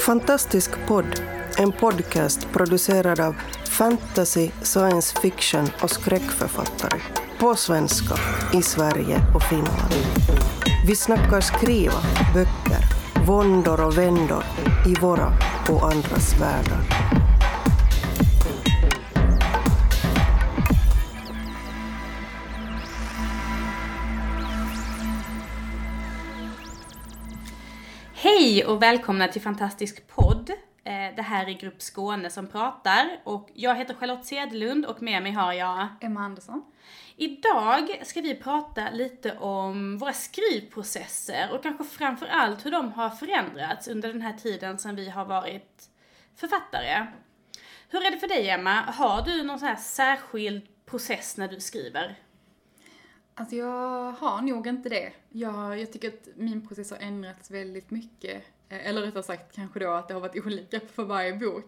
Fantastisk podd, en podcast producerad av fantasy, science fiction och skräckförfattare. På svenska, i Sverige och Finland. Vi snackar skriva, böcker, våndor och vändor i våra och andras världar. Hej och välkomna till Fantastisk podd. Det här är Grupp Skåne som pratar och jag heter Charlotte Sedelund och med mig har jag Emma Andersson. Idag ska vi prata lite om våra skrivprocesser och kanske framförallt hur de har förändrats under den här tiden som vi har varit författare. Hur är det för dig, Emma? Har du någon sån här särskild process när du skriver? Alltså jag har nog inte det. Jag tycker att min process har ändrats väldigt mycket. Eller rättare sagt kanske då att det har varit olika för varje bok.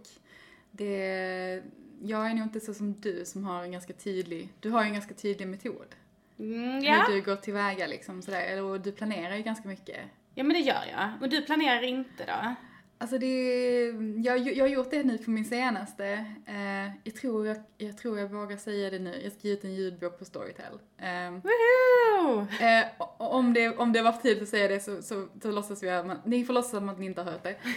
Jag är nog inte så som du som har en ganska tydlig... Du har ju en ganska tydlig metod. Ja. Hur du går tillväga liksom sådär. Eller du planerar ju ganska mycket. Ja, men det gör jag. Men du planerar inte då? Alltså jag har gjort det nu på min senaste. Jag tror jag vågar säga det nu. Jag ska ge ut en ljudbok på Storytel. Woohoo! Om det var för tidigt att säga det så låtsas vi att ni får låtsas som att ni inte har hört det.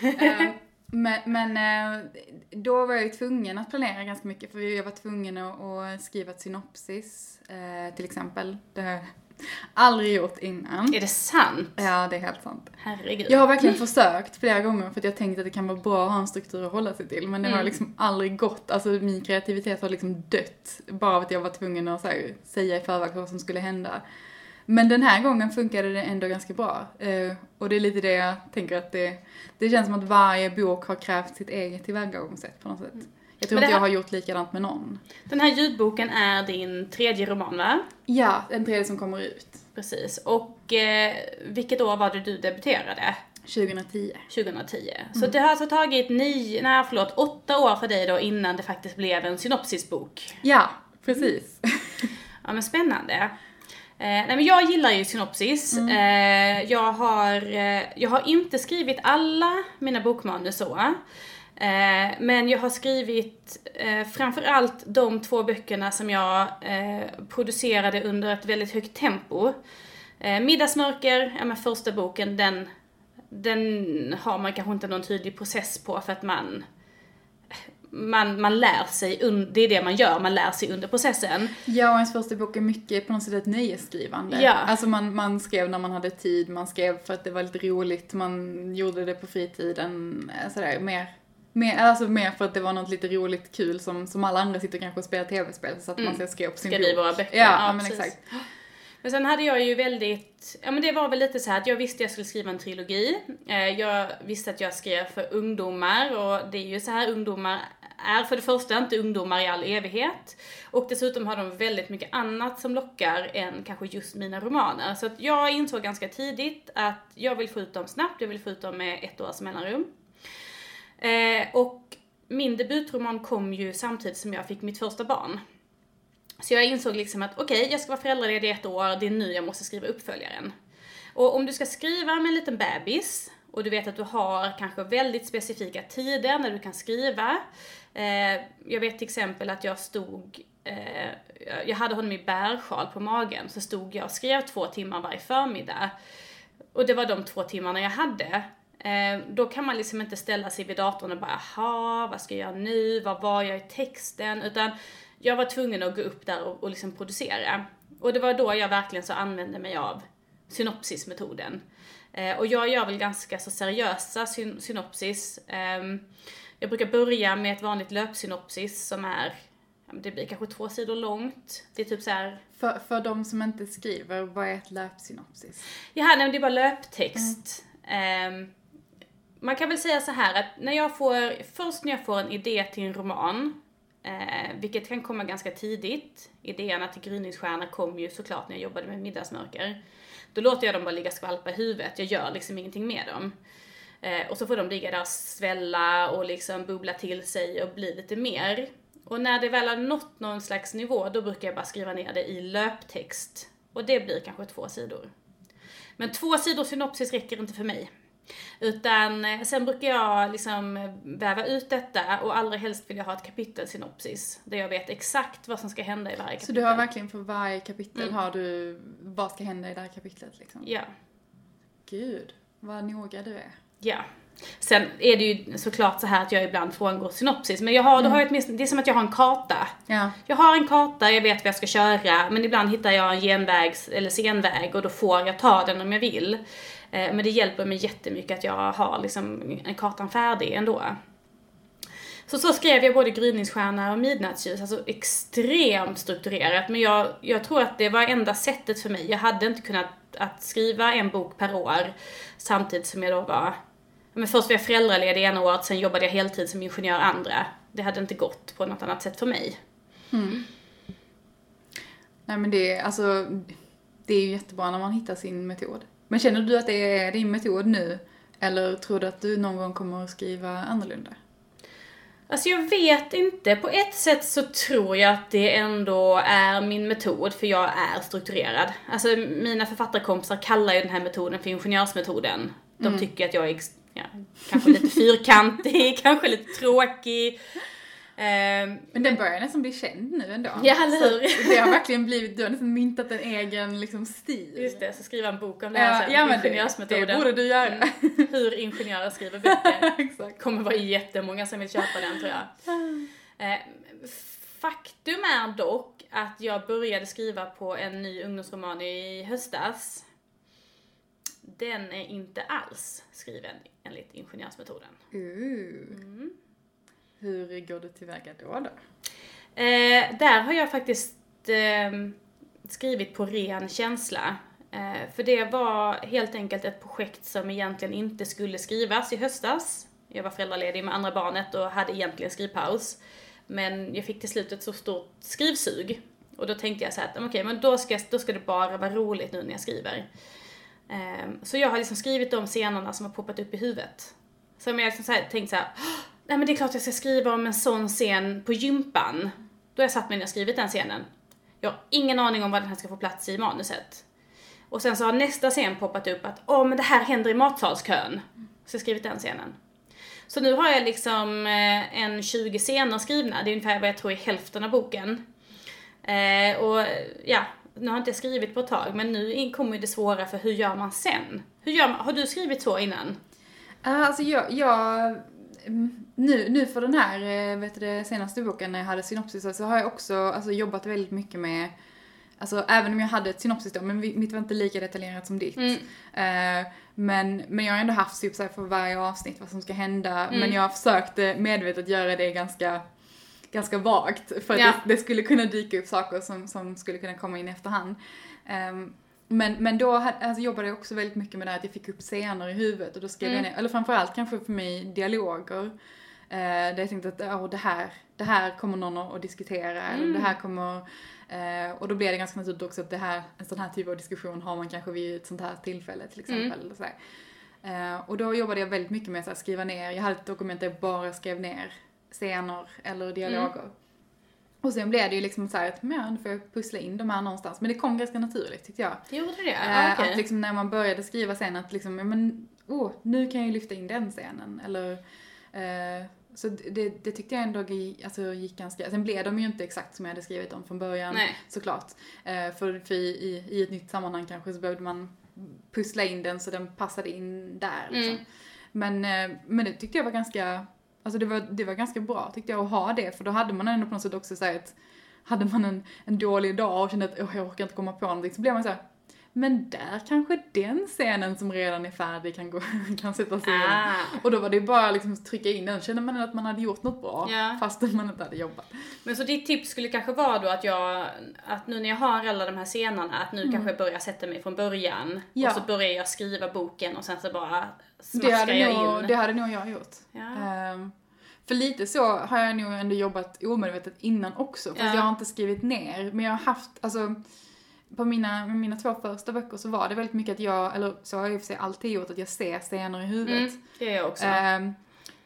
Men då var jag ju tvungen att planera ganska mycket. För jag var tvungen att skriva ett synopsis till exempel. Det har jag aldrig gjort innan. Är det sant? Ja, det är helt sant. Herregud. Jag har verkligen försökt flera gånger för att jag tänkte att det kan vara bra att ha en struktur att hålla sig till. Men det har liksom aldrig gått. Alltså min kreativitet har liksom dött. Bara av att jag var tvungen att säga i förväg vad som skulle hända. Men den här gången funkade det ändå ganska bra. Och det är lite det jag tänker att det känns som att varje bok har krävt sitt eget tillvägagångssätt på något sätt. Jag tror inte jag har gjort likadant med någon. Den här ljudboken är din 3:e roman, va? Ja, en 3:e som kommer ut. Precis. Och vilket år var det du debuterade? 2010. 2010. Så det har alltså tagit 8 år för dig då innan det faktiskt blev en synopsisbok. Ja, precis. Ja, men spännande. Nej, men jag gillar ju synopsis. Jag har inte skrivit alla mina bokmanus så. Men jag har skrivit framförallt de 2 böckerna som jag producerade under ett väldigt högt tempo. Middagsmörker, första boken, den har man kanske inte någon tydlig process på för att man lär sig, det är det man gör, man lär sig under processen. Ja, och ens första bok är mycket på något sätt ett nöjesskrivande. Ja. Alltså man skrev när man hade tid, man skrev för att det var lite roligt, man gjorde det på fritiden, sådär, mer för att det var något lite roligt, kul som alla andra sitter kanske och spelar tv-spel så att man ska skriva på sin bok. Ska vi våra böcker? Ja, men exakt. Men sen hade jag ju men det var väl lite så här att jag visste att jag skulle skriva en trilogi. Jag visste att jag skrev för ungdomar och det är ju så här, ungdomar är för det första inte ungdomar i all evighet. Och dessutom har de väldigt mycket annat som lockar än kanske just mina romaner. Så att jag insåg ganska tidigt att jag vill få ut dem snabbt, jag vill få ut dem med 1 års mellanrum. Och min debutroman kom ju samtidigt som jag fick mitt första barn. Så jag insåg liksom att okej, jag ska vara föräldraledig i 1 år, det är nu jag måste skriva uppföljaren. Och om du ska skriva med en liten bebis och du vet att du har kanske väldigt specifika tider när du kan skriva. Jag vet till exempel att jag hade honom i bärsjal på magen, så stod jag och skrev 2 timmar varje förmiddag. Och det var de 2 timmarna jag hade. Då kan man liksom inte ställa sig vid datorn och bara, vad ska jag göra nu? Vad var jag i texten? Utan jag var tvungen att gå upp där och liksom producera. Och det var då jag verkligen så använde mig av synopsismetoden. Och jag gör väl ganska så seriösa synopsis. Jag brukar börja med ett vanligt löpsynopsis som är, det blir kanske 2 sidor långt. Det är typ så här. För de som inte skriver, vad är ett löpsynopsis? Ja, det är bara löptext. Man kan väl säga så här att när jag får en idé till en roman, vilket kan komma ganska tidigt. Idéerna till Gryningsstjärna kom ju såklart när jag jobbade med Middagsmörker. Då låter jag dem bara ligga skvalpa i huvudet. Jag gör liksom ingenting med dem. Och så får de ligga där och svälla och liksom bubbla till sig och bli lite mer. Och när det väl har nått någon slags nivå, då brukar jag bara skriva ner det i löptext. Och det blir kanske 2 sidor. Men 2 sidor synopsis räcker inte för mig. Utan sen brukar jag liksom väva ut detta och allra helst vill jag ha ett kapitelsynopsis. Där jag vet exakt vad som ska hända i varje kapitel. Så du har verkligen för varje kapitel har du vad ska hända i det här kapitlet liksom? Ja. Gud, vad noga du är. Ja. Sen är det ju såklart så här att jag ibland frångår synopsis. Men jag har, då har jag åtminstone, det är som att jag har en karta. Ja. Jag har en karta, jag vet vad jag ska köra. Men ibland hittar jag en genvägs eller senväg och då får jag ta den om jag vill. Men det hjälper mig jättemycket att jag har liksom en kartan färdig ändå. Så skrev jag både Gryningsstjärna och Midnattsljus, alltså extremt strukturerat. Men jag tror att det var enda sättet för mig. Jag hade inte kunnat att skriva en bok per år samtidigt som jag då var... Men först var jag föräldraledig ena året, sen jobbade jag heltid som ingenjör andra. Det hade inte gått på något annat sätt för mig. Nej men det är ju jättebra när man hittar sin metod. Men känner du att det är din metod nu? Eller tror du att du någon gång kommer att skriva annorlunda? Alltså jag vet inte. På ett sätt så tror jag att det ändå är min metod, för jag är strukturerad. Alltså mina författarkompisar kallar ju den här metoden för ingenjörsmetoden. De tycker att jag är kanske lite fyrkantig, kanske lite tråkig. Men den börjar nästan bli känd nu ändå. Ja, eller hur? Så det har verkligen blivit, du har nästan myntat en egen liksom stil. Just det, så skriva en bok om det här sen. Ja, men ingenjörsmetoden. det borde du göra. Hur ingenjörer skriver böcker. Exakt. Kommer vara jättemånga som vill köpa den, tror jag. Faktum är dock att jag började skriva på en ny ungdomsroman i höstas. Den är inte alls skriven enligt ingenjörsmetoden. Hur går du tillväga då? Där har jag faktiskt skrivit på ren känsla. För det var helt enkelt ett projekt som egentligen inte skulle skrivas i höstas. Jag var föräldraledig med andra barnet och hade egentligen skrivpaus. Men jag fick till slut ett så stort skrivsug. Och då tänkte jag så här att okej, men då ska det bara vara roligt nu när jag skriver. Så jag har liksom skrivit de scenerna som har poppat upp i huvudet. Så jag liksom tänkt så här, nej men det är klart jag ska skriva om en sån scen på gympan. Då har jag satt mig ner och skrivit den scenen. Jag har ingen aning om vad den här ska få plats i manuset. Och sen så har nästa scen poppat upp att, men det här händer i matsalskön. Så jag har skrivit den scenen. Så nu har jag liksom en 20 scener skrivna. Det är ungefär vad jag tror är hälften av boken. Och ja, nu har jag inte skrivit på ett tag. Men nu kommer det svåra för hur gör man sen? Har du skrivit så innan? Alltså jag nu för den här senaste boken när jag hade synopsis så har jag också jobbat väldigt mycket med, alltså även om jag hade ett synopsis då, men mitt var inte lika detaljerat som ditt. Men jag har ändå haft typ så här för varje avsnitt vad som ska hända, men jag har försökt medvetet göra det ganska vagt för att det skulle kunna dyka upp saker som skulle kunna komma in i efterhand. Men då jobbade jag också väldigt mycket med det här att jag fick upp scener i huvudet och då skrev jag ner, eller framförallt kanske för mig dialoger. Där jag tänkte att det här kommer någon att diskutera eller det här kommer... och då blev det ganska naturligt också att en sån här typ av diskussion har man kanske vid ett sånt här tillfälle till exempel. Eller så här. Och då jobbade jag väldigt mycket med att skriva ner. Jag hade ett dokument där jag bara skrev ner scener eller dialoger. Och sen blev det ju liksom så här att nu får jag pussla in de här någonstans. Men det kom ganska naturligt tyckte jag. Gjorde det? Okay. Att liksom när man började skriva sen att liksom, nu kan jag ju lyfta in den scenen. Eller, så det tyckte jag ändå gick ganska... Sen blev de ju inte exakt som jag hade skrivit dem från början. Nej. Såklart. För i ett nytt sammanhang kanske så behövde man pussla in den så den passade in där. Liksom. Men det tyckte jag var ganska... Alltså det var ganska bra tyckte jag att ha det. För då hade man ändå på något sätt också så här att hade man en dålig dag och kände att jag orkar inte komma på någonting. Så blev man så här, men där kanske den scenen som redan är färdig kan sättas in. Och då var det ju bara liksom att trycka in den. Kände man att man hade gjort något bra fast man inte hade jobbat. Men så ditt tips skulle kanske vara då att nu när jag har alla de här scenerna att nu kanske jag börjar sätta mig från början. Och så börjar jag skriva boken och sen så bara smaskar jag in. Det hade nog jag gjort. För lite så har jag nog ändå jobbat omedvetet innan också. För jag har inte skrivit ner. Men jag har haft, på mina 2 första böcker så var det väldigt mycket att så har jag i och för sig alltid gjort att jag ser scener i huvudet. Det gör jag också.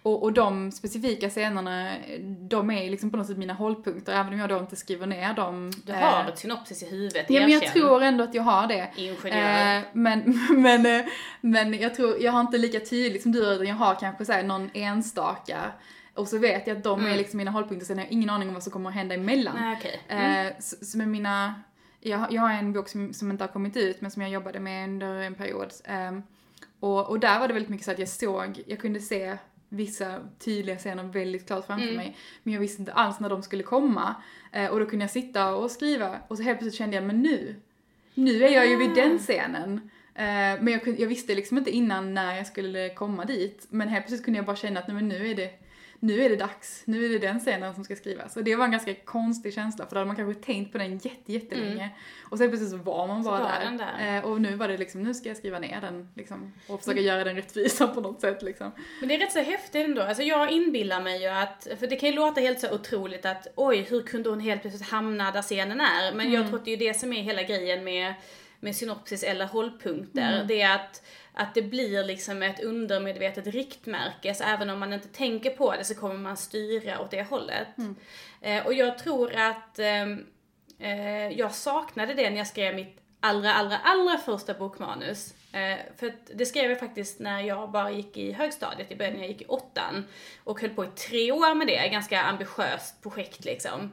Och de specifika scenerna, de är liksom på något sätt mina hållpunkter, även om jag då inte skriver ner dem. Du har ett synopsis i huvudet, ja, men jag tror ändå att jag har det. Ingenjör. Men jag tror, jag har inte lika tydligt som du, utan jag har kanske så här någon enstaka. Och så vet jag att de är liksom mina hållpunkter, sen har jag ingen aning om vad som kommer att hända emellan. Nej, okej. Så med mina, jag har en bok som inte har kommit ut, men som jag jobbade med under en period. Och där var det väldigt mycket så att jag kunde se vissa tydliga scener väldigt klart framför mig. Men jag visste inte alls när de skulle komma. Och då kunde jag sitta och skriva. Och så helt plötsligt kände jag, men nu är jag ju vid den scenen. Men jag visste liksom inte innan när jag skulle komma dit. Men helt plötsligt kunde jag bara känna att nej, men nu är det dags. Nu är det den scenen som ska skrivas. Och det var en ganska konstig känsla. För då hade man kanske tänkt på den jättelänge. Och sen precis så var man bara där. Och nu var det liksom, nu ska jag skriva ner den. Liksom, och försöka göra den rättvisa på något sätt. Liksom. Men det är rätt så häftigt ändå. Alltså jag inbillar mig ju att, för det kan ju låta helt så otroligt att oj, hur kunde hon helt plötsligt hamna där scenen är? Men jag tror att det är det som är hela grejen med synopsis eller hållpunkter. Det är att det blir liksom ett undermedvetet riktmärke, så även om man inte tänker på det så kommer man styra åt det hållet. Och jag tror att jag saknade det när jag skrev mitt allra första bokmanus. För att det skrev jag faktiskt när jag bara gick i högstadiet, i början när jag gick i 8:an och höll på i 3 år med det, ganska ambitiöst projekt liksom.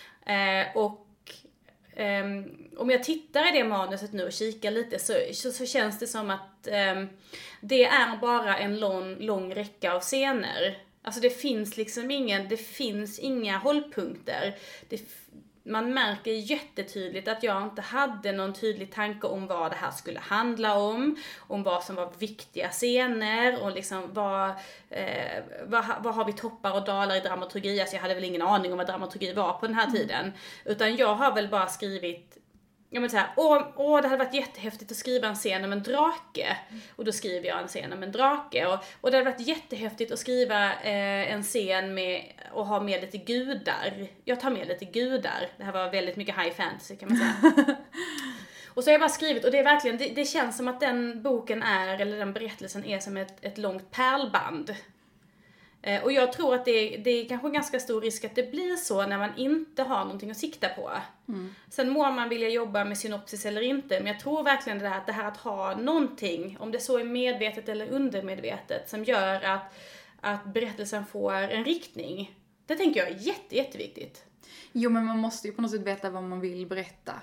Om jag tittar i det manuset nu och kikar lite så känns det som att det är bara en lång räcka av scener. Alltså det finns inga hållpunkter. Man märker jättetydligt att jag inte hade någon tydlig tanke om vad det här skulle handla om vad som var viktiga scener och liksom vad har vi toppar och dalar i dramaturgi. Alltså jag hade väl ingen aning om vad dramaturgi var på den här tiden, utan jag har väl bara skrivit, ja men såhär, det hade varit jättehäftigt att skriva en scen om en drake. Och då skriver jag en scen om en drake. Och det hade varit jättehäftigt att skriva en scen med och ha med lite gudar. Jag tar med lite gudar. Det här var väldigt mycket high fantasy kan man säga. Och så har jag bara skrivit, och det är verkligen, det känns som att den boken eller den berättelsen är som ett långt pärlband. Och jag tror att det är kanske en ganska stor risk att det blir så när man inte har någonting att sikta på. Sen må man vilja jobba med synopsis eller inte, men jag tror verkligen att det här att ha någonting, om det så är medvetet eller undermedvetet, som gör att berättelsen får en riktning. Det tänker jag är jätteviktigt. Jo, men man måste ju på något sätt veta vad man vill berätta.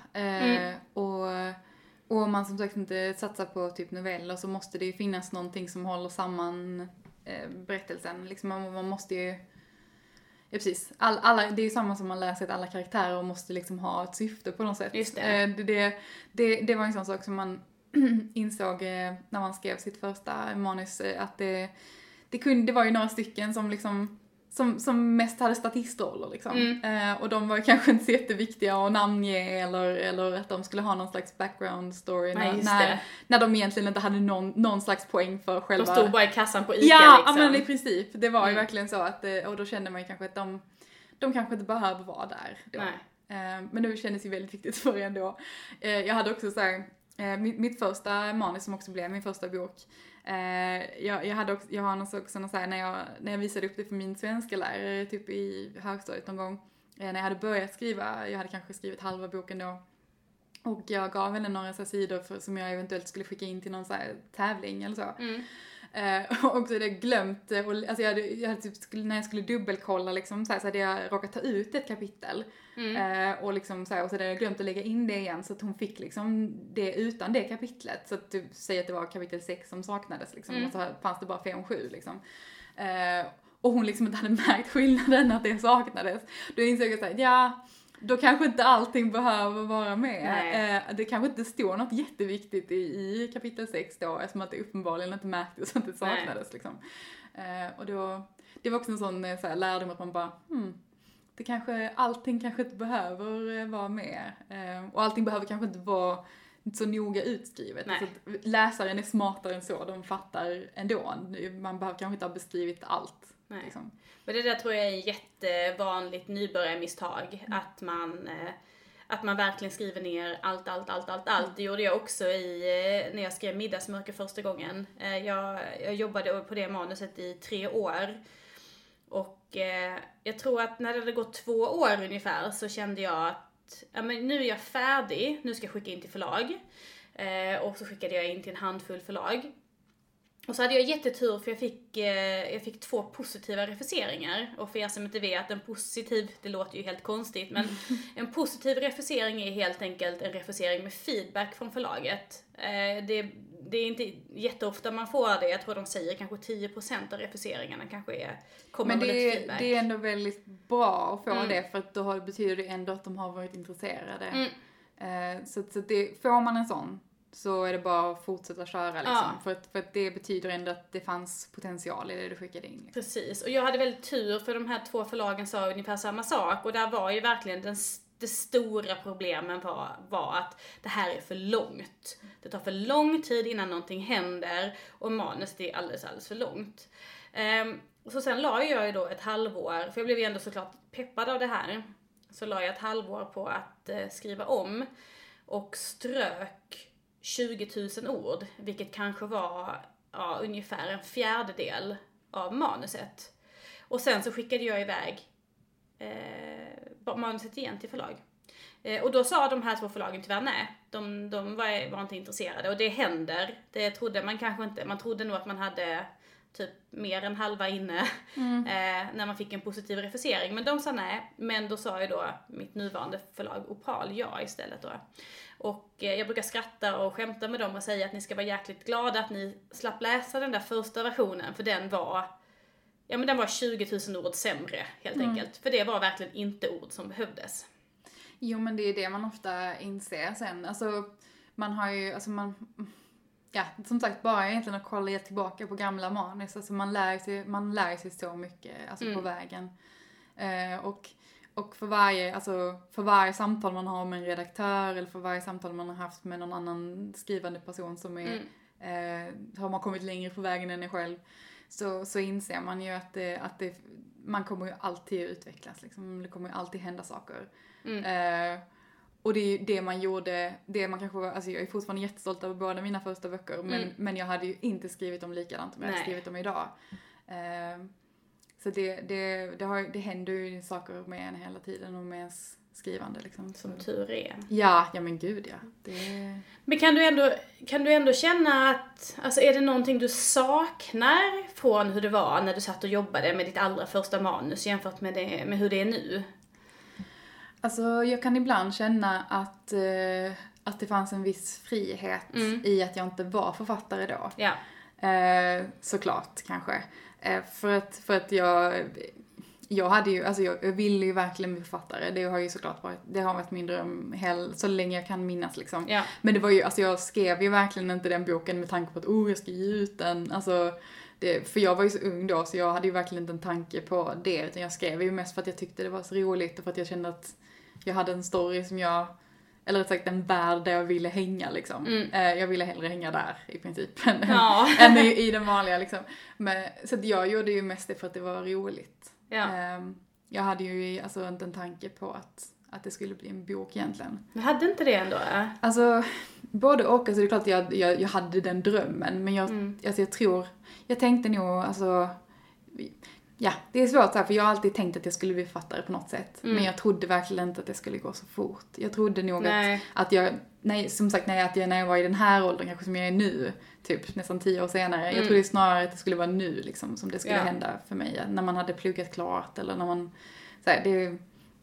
Och om man som sagt inte satsar på typ noveller, så måste det ju finnas någonting som håller samman berättelsen. Liksom man måste ju... Ja, precis. Det är ju samma som man läser att alla karaktärer måste liksom ha ett syfte på något sätt. Just det var en sån sak som man insåg när man skrev sitt första manus, att det var ju några stycken som liksom som mest hade statistroller liksom. Och de var kanske inte så jätteviktiga att namnge eller att de skulle ha någon slags background story när de egentligen inte hade någon slags poäng för själva... De stod bara i kassan på ICA liksom. Ja, men i princip. Det var ju verkligen så att, och då kände man ju kanske att de kanske inte behöver vara där då. Nej. Men det kändes ju väldigt viktigt för en då. Jag hade också så här, mitt första manus som också blev min första bok. Jag har också så här, när jag visade upp det för min svenska lärare typ i högstadiet någon gång, när jag hade börjat skriva, jag hade kanske skrivit halva boken då, och jag gav henne några så här sidor som jag eventuellt skulle skicka in till någon så här tävling eller så. Och så hade jag glömt, alltså jag hade typ, när jag skulle dubbelkolla liksom, så hade jag råkat ta ut ett kapitel och liksom så här, och så hade jag glömt att lägga in det igen, så att hon fick liksom det utan det kapitlet, så att du säger att det var kapitel 6 som saknades liksom, och så fanns det bara 5-7 liksom. Och hon liksom inte hade märkt skillnaden att det saknades. Då insåg jag såhär, då kanske inte allting behöver vara med. Det kanske inte står något jätteviktigt i kapitel 6 då, eftersom att det uppenbarligen inte märktes att det saknades liksom. Och då, det var också en sån så här, lärdom att man bara, allting kanske inte behöver vara med. Och allting behöver kanske inte vara så noga utskrivet. Så att läsaren är smartare än så, de fattar ändå. Man behöver kanske inte ha beskrivit allt. Liksom. Men det där tror jag är ett jättevanligt nybörjarmisstag. Att man verkligen skriver ner allt. Det gjorde jag också när jag skrev Middagsmörker första gången. Jag jobbade på det manuset i 3 år. Och jag tror att när det hade gått 2 år ungefär så kände jag att men nu är jag färdig. Nu ska jag skicka in till förlag. Och så skickade jag in till en handfull förlag. Och så hade jag jättetur för jag fick 2 positiva refuseringar. Och för er som inte vet, en positiv, det låter ju helt konstigt, men en positiv refusering är helt enkelt en refusering med feedback från förlaget. Det är inte jätteofta man får det. Jag tror de säger kanske 10% av refuseringarna kanske kommer med lite feedback. Det är ändå väldigt bra att få det, för att då betyder det ändå att de har varit intresserade. Så det, får man en sån så är det bara att fortsätta köra liksom. För att det betyder ändå att det fanns potential i det du skickade in. Liksom. Precis, och jag hade väldigt tur för de här 2 förlagen sa ungefär samma sak. Och där var ju verkligen det stora problemen var att det här är för långt. Det tar för lång tid innan någonting händer och manus är alldeles för långt. Så sen la jag ju då ett halvår, för jag blev ju ändå såklart peppad av det här. Så la jag ett halvår på att skriva om och strök 20 000 ord, vilket kanske var ungefär en 1/4 av manuset. Och sen så skickade jag iväg manuset igen till förlag. Och då sa de här 2 förlagen tyvärr nej. De var inte intresserade. Och det händer. Det trodde man kanske inte. Man trodde nog att man hade typ mer än halva inne när man fick en positiv refusering. Men de sa nej. Men då sa ju då mitt nuvarande förlag Opal ja istället då. Och jag brukar skratta och skämta med dem och säga att ni ska vara jäkligt glada att ni slapp läsa den där första versionen. För den var 20 000 ord sämre helt enkelt. För det var verkligen inte ord som behövdes. Jo, men det är det man ofta inser sen. Alltså, man har ju, som sagt, bara egentligen att kolla tillbaka på gamla manus. Alltså man lär sig så mycket på vägen. Och för varje samtal man har med en redaktör eller för varje samtal man har haft med någon annan skrivande person som har man kommit längre på vägen än en själv, så inser man ju att man kommer ju alltid utvecklas liksom. Det kommer ju alltid hända saker. Och det är ju det man gjorde, det man kanske var, alltså jag är fortfarande jättestolt över båda mina första böcker, men jag hade ju inte skrivit dem likadant om jag hade skrivit dem idag. Så det händer ju saker med en hela tiden och med ens skrivande liksom. Som tur är. Ja men gud ja. Men kan du ändå känna att, alltså är det någonting du saknar från hur det var när du satt och jobbade med ditt allra första manus jämfört med hur det är nu? Alltså jag kan ibland känna att det fanns en viss frihet i att jag inte var författare då. Ja. Såklart kanske. För att jag hade ju, alltså jag ville ju verkligen bli författare. Det har ju såklart varit min dröm så länge jag kan minnas liksom. Ja. Men det var ju, alltså jag skrev ju verkligen inte den boken med tanke på att jag ska ge ut den. Alltså, för jag var ju så ung då, så jag hade ju verkligen inte en tanke på det. Utan jag skrev ju mest för att jag tyckte det var så roligt och för att jag kände att jag hade en story som eller rätt sagt en värld där jag ville hänga liksom. Jag ville hellre hänga där i princip än i den vanliga liksom. Men, så att jag gjorde ju mest det för att det var roligt. Ja. Jag hade ju alltså inte en tanke på att det skulle bli en bok egentligen. Du hade inte det ändå? Alltså både och, alltså det är klart att jag hade den drömmen, men jag tänkte nog, alltså ja, det är svårt så här, för jag har alltid tänkt att jag skulle bli författare på något sätt. Men jag trodde verkligen inte att det skulle gå så fort. Jag trodde nog att jag när jag var i den här åldern, kanske som jag är nu, typ nästan 10 år senare. Jag trodde snarare att det skulle vara nu liksom, som det skulle hända för mig. När man hade pluggat klart eller när man, så här,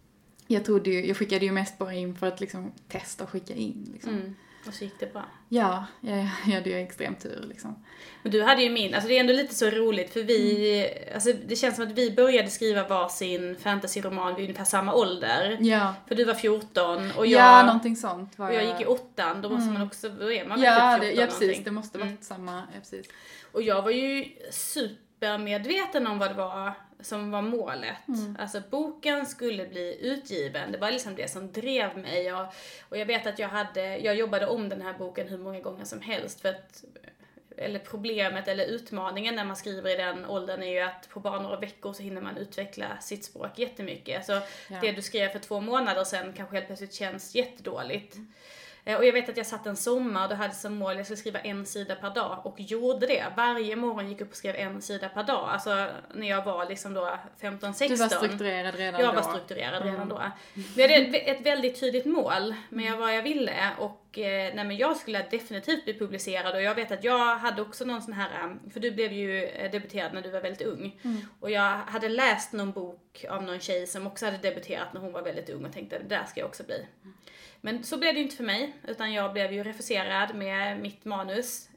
jag skickade ju mest bara in för att liksom testa och skicka in liksom. Och så gick det bra. Ja, jag hade ju extremt tur liksom. Men du hade ju alltså det är ändå lite så roligt för alltså det känns som att vi började skriva varsin fantasyroman vid ungefär samma ålder. Ja. För du var 14 och någonting sånt. Och jag gick i 8, då måste man också, då är man väl typ 14 precis, det måste vara samma, precis. Och jag var ju supermedveten om vad det var som var målet. Alltså boken skulle bli utgiven. Det var liksom det som drev mig. Och jag vet att jag jobbade om den här boken hur många gånger som helst. För att eller problemet eller utmaningen när man skriver i den åldern är ju att på bara några veckor så hinner man utveckla sitt språk jättemycket. Så det du skrev för 2 månader sedan kanske helt plötsligt känns jättedåligt. Och jag vet att jag satt en sommar och då hade som mål att jag skulle skriva 1 sida per dag och gjorde det. Varje morgon gick upp och skrev 1 sida per dag. Alltså när jag var liksom då 15-16. Du var strukturerad redan Jag då. var strukturerad redan då. Vi hade ett väldigt tydligt mål med vad jag ville och men jag skulle definitivt bli publicerad och jag vet att jag hade också någon sån här, för du blev ju debuterad när du var väldigt ung. Och jag hade läst någon bok av någon tjej som också hade debuterat när hon var väldigt ung och tänkte där ska jag också bli. Men så blev det ju inte för mig, utan jag blev ju refuserad med mitt manus.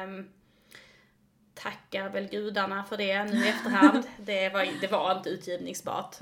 Tackar väl gudarna för det nu i efterhand. Det var inte utgivningsbart.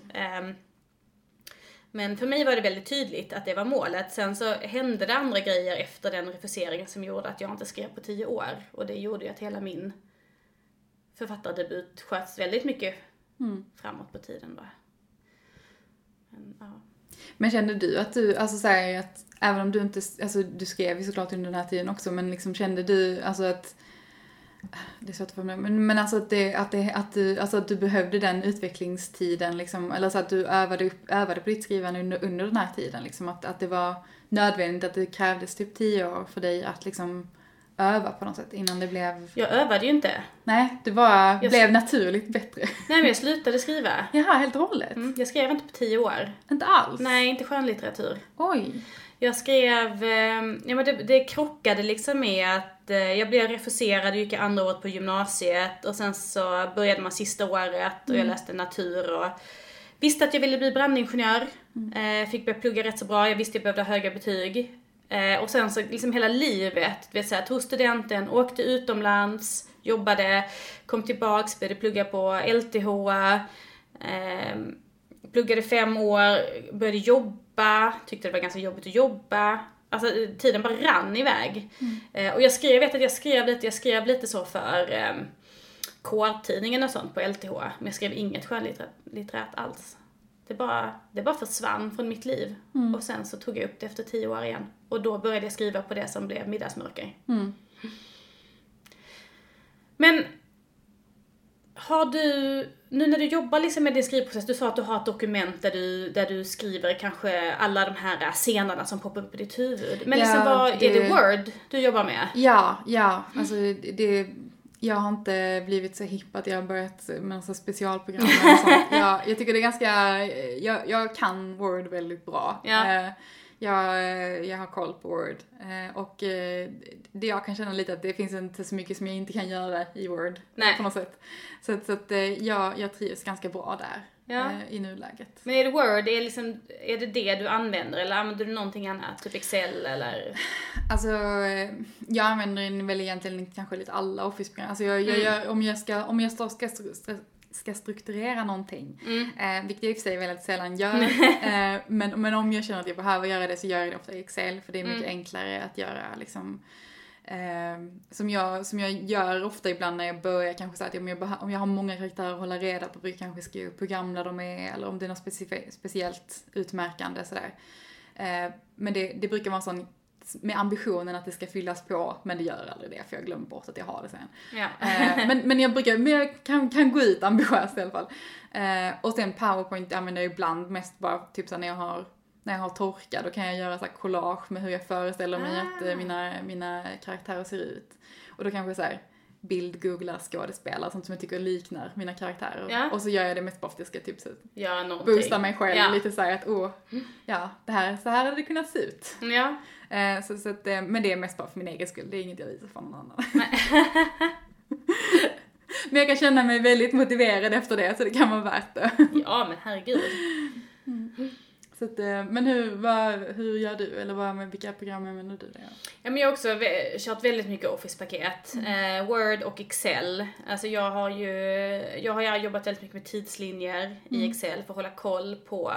Men för mig var det väldigt tydligt att det var målet. Sen så hände det andra grejer efter den refuseringen som gjorde att jag inte skrev på 10 år. Och det gjorde ju att hela min författardebut sköts väldigt mycket framåt på tiden då. Men, ja. Men kände du att du, alltså säger att även om du inte, alltså du skrev ju såklart under den här tiden också, men liksom kände du, alltså att, det är svårt att få med, men alltså att du behövde den utvecklingstiden liksom, eller så att du övade på ditt skrivande under den här tiden liksom, att det var nödvändigt, att det krävdes typ 10 år för dig att liksom öva på något sätt innan det blev... Jag övade ju inte. Nej, det bara blev naturligt bättre. Nej, men jag slutade skriva. Jaha, helt och hållet? Jag skrev inte på 10 år. Inte alls? Nej, inte skönlitteratur. Oj. Jag skrev... men det krockade liksom med att jag blev refuserad och gick 2:a året på gymnasiet. Och sen så började man sista året och jag läste natur och... Visste att jag ville bli brandingenjör. Fick börja plugga rätt så bra. Jag visste att jag behövde höga betyg. Och sen så liksom hela livet, vet så här, tog studenten, åkte utomlands, jobbade, kom tillbaks, började plugga på LTH, pluggade 5 år, började jobba, tyckte det var ganska jobbigt att jobba. Alltså tiden bara rann iväg. Och jag skrev lite så för kårtidningen och sånt på LTH, men jag skrev inget skönlitterärt alls. Det bara försvann från mitt liv. Och sen så tog jag upp det efter 10 år igen. Och då började jag skriva på det som blev Middagsmörker. Men har du, nu när du jobbar liksom med din skrivprocess, du sa att du har ett dokument där du skriver kanske alla de här scenerna som poppar upp i ditt huvud. Men liksom är det Word du jobbar med? Ja. Alltså jag har inte blivit så hipp att jag har börjat med en sån specialprogram och sånt. Jag tycker det är ganska... Jag kan Word väldigt bra. Ja. Jag har koll på Word. Och det jag kan känna lite att det finns inte så mycket som jag inte kan göra i Word. Nej. På något sätt. Så att jag trivs ganska bra där. I nuläget. Men är det Word, är det du använder eller använder du någonting annat? Typ Excel eller? Alltså, jag använder väl egentligen kanske lite alla Office-program. Alltså om jag ska strukturera någonting, vilket jag i och för sig väldigt sällan gör, men om jag känner att jag behöver göra det så gör jag det ofta i Excel, för det är mycket enklare att göra liksom, som jag gör ofta ibland när jag börjar kanske så att om jag har många karaktärer att hålla reda på, brukar jag kanske skriva upp program där de är, eller om det är något speciellt utmärkande sådär. Men det brukar vara sån med ambitionen att det ska fyllas på, men det gör aldrig det, för jag glömmer bort att jag har det sen. Ja. Men jag kan gå ut ambitiöst i alla fall. Och sen PowerPoint använder jag ibland mest bara typ så när jag har torka, då kan jag göra så här collage med hur jag föreställer mig att mina karaktärer ser ut. Och då kanske så här bildgooglar skådespelare, sånt som jag tycker liknar mina karaktärer. Ja. Och så gör jag det mest bara för att jag ska typ så boosta mig själv lite så här att så här hade det kunnat se ut. Ja. Men det är mest bara för min egen skull, det är inget jag visar för någon annan. Men jag kan känna mig väldigt motiverad efter det, så det kan vara värt det. Ja, men herregud. Så att, men hur gör du? Eller vilka program använder du det? Ja, men jag har också kört väldigt mycket Office-paket. Word och Excel. Alltså jag har jobbat väldigt mycket med tidslinjer i Excel för att hålla koll på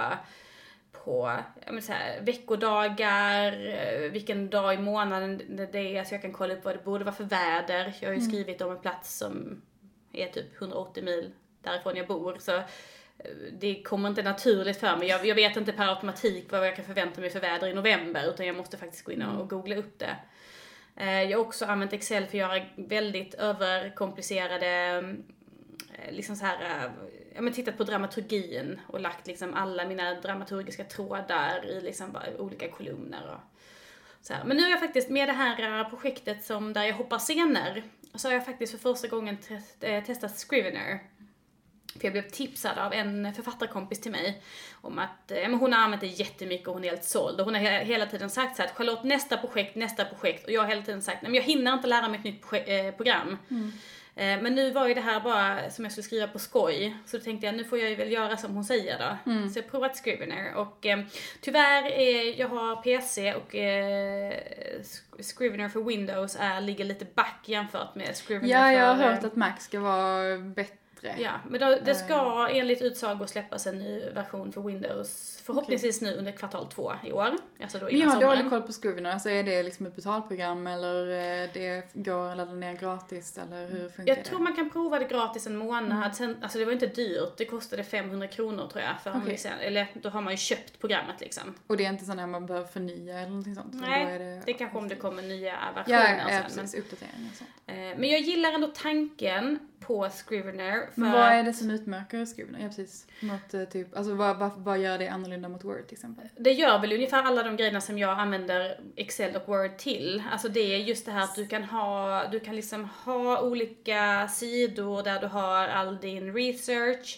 så här, veckodagar, vilken dag i månaden det är, så jag kan kolla upp vad det borde vara för väder. Jag har ju skrivit om en plats som är typ 180 mil därifrån jag bor, så det kommer inte naturligt för mig. Jag vet inte per automatik vad jag kan förvänta mig för väder i november, utan jag måste faktiskt gå in och googla upp det. Jag har också använt Excel för att göra väldigt överkomplicerade, liksom så här, tittat på dramaturgin och lagt liksom alla mina dramaturgiska trådar i liksom olika kolumner och så här. Men nu har jag faktiskt med det här projektet där jag hoppar scener, så har jag faktiskt för första gången testat Scrivener. För jag blev tipsad av en författarkompis till mig om att hon har använt det jättemycket och hon är helt såld. Och hon har hela tiden sagt så här, Charlotte, nästa projekt. Och jag har hela tiden sagt, jag hinner inte lära mig ett nytt program. Men nu var ju det här bara som jag skulle skriva på skoj. Så då tänkte jag, nu får jag ju väl göra som hon säger då. Så jag har provat Scrivener. Och tyvärr, jag har PC och Scrivener för Windows ligger lite back jämfört med Scrivener för... Ja, jag har hört att Mac ska vara bättre. Ja, men det ska enligt utsago släppas en ny version för Windows förhoppningsvis nu under kvartal 2 i år. Alltså då men jag har dålig koll på Scrivener, alltså är det liksom ett betalprogram eller det går att ladda ner gratis eller hur funkar det? Jag tror man kan prova det gratis en månad, sen, alltså det var inte dyrt, det kostade 500 kronor tror jag för eller då har man ju köpt programmet liksom. Och det är inte så när man behöver förnya eller någonting sånt? Nej, då är det kanske om det kommer nya versioner. Ja, precis, uppdateringar och sånt. Men jag gillar ändå tanken på Scrivener. Men vad är det som utmärker Scrivener? Ja, precis. Något typ, alltså vad gör det annorlunda mot Word till exempel? Det gör väl ungefär alla de grejerna som jag använder Excel och Word till. Alltså det är just det här att du kan liksom ha olika sidor där du har all din research.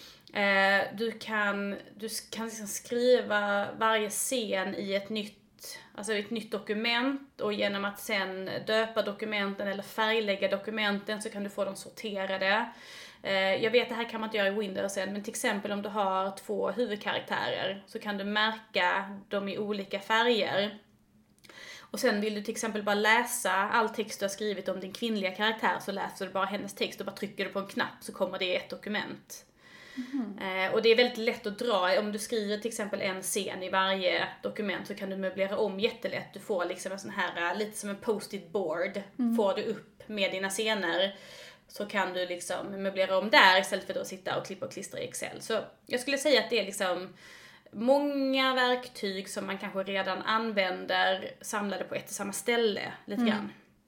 Du kan liksom skriva varje scen i ett nytt dokument, och genom att sen döpa dokumenten eller färglägga dokumenten så kan du få dem sorterade. Jag vet, det här kan man inte göra i Windows än, men till exempel om du har 2 huvudkaraktärer så kan du märka dem i olika färger. Och sen vill du till exempel bara läsa all text du har skrivit om din kvinnliga karaktär, så läser du bara hennes text och bara trycker du på en knapp så kommer det i ett dokument. Och det är väldigt lätt att dra. Om du skriver till exempel en scen i varje dokument så kan du möblera om jättelätt. Du får liksom en sån här, lite som en post-it board, får du upp med dina scener. Så kan du liksom möblera om där istället för att sitta och klippa och klistra i Excel. Så jag skulle säga att det är liksom många verktyg som man kanske redan använder samlade på ett och samma ställe lite grann.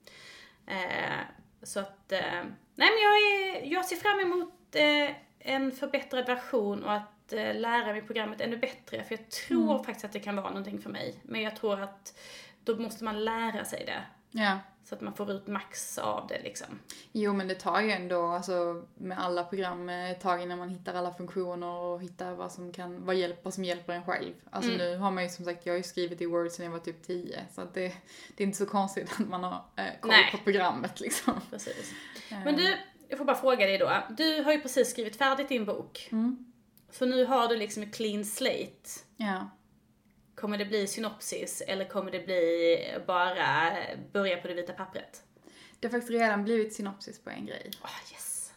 Så att, nej men jag ser fram emot en förbättrad version och att lära mig programmet ännu bättre. För jag tror faktiskt att det kan vara någonting för mig. Men jag tror att då måste man lära sig det. Ja. Så att man får ut max av det liksom. Jo, men det tar ju ändå, alltså med alla program, ett tag innan man hittar alla funktioner och hittar vad som hjälper en själv. Alltså nu har man ju som sagt, jag har ju skrivit i Word sedan jag var typ 10. Så att det är inte så konstigt att man har koll på programmet liksom. Precis. Men du, jag får bara fråga dig då. Du har ju precis skrivit färdigt din bok. Så nu har du liksom ett clean slate. Ja. Kommer det bli synopsis eller kommer det bli bara börja på det vita pappret? Det har faktiskt redan blivit synopsis på en grej. Yes.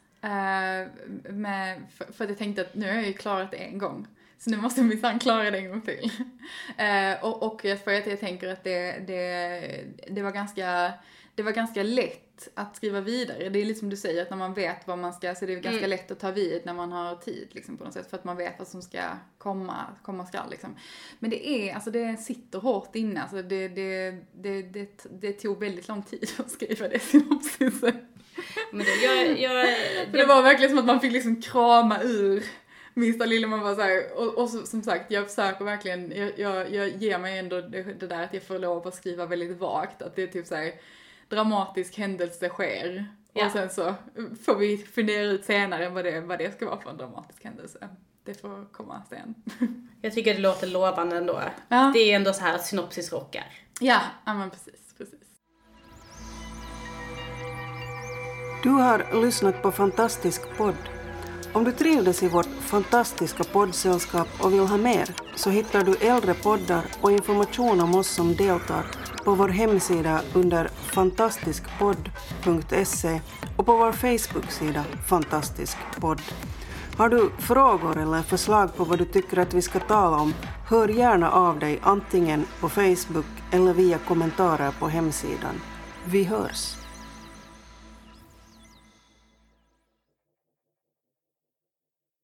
För att jag tänkte att nu har jag ju klarat det en gång. Så nu måste jag minsann klara det en gång till. Och för att jag tänker att det var ganska lätt att skriva vidare. Det är liksom du säger, att när man vet vad man ska, så det är ganska lätt att ta vid när man har tid liksom, på något sätt, för att man vet vad som ska komma skall liksom. Men det sitter hårt inne, alltså det tog väldigt lång tid att skriva det synopsisen. Men det var verkligen som att man fick liksom krama ur minsta lilla, man var så här, och som sagt, jag försöker verkligen, jag ger mig ändå det där att jag får lov att skriva väldigt vagt, att det är typ så här, dramatisk händelse sker. Ja. Och sen så får vi fundera ut senare vad det ska vara för en dramatisk händelse. Det får komma sen. Jag tycker det låter lovande ändå. Ja. Det är ändå så här synopsisrockar. Ja, men precis. Du har lyssnat på Fantastisk podd. Om du trivdes i vårt fantastiska poddsällskap och vill ha mer, så hittar du äldre poddar och information om oss som deltar på vår hemsida under fantastiskpodd.se och på vår Facebook-sida Fantastisk podd. Har du frågor eller förslag på vad du tycker att vi ska tala om, hör gärna av dig antingen på Facebook eller via kommentarer på hemsidan. Vi hörs!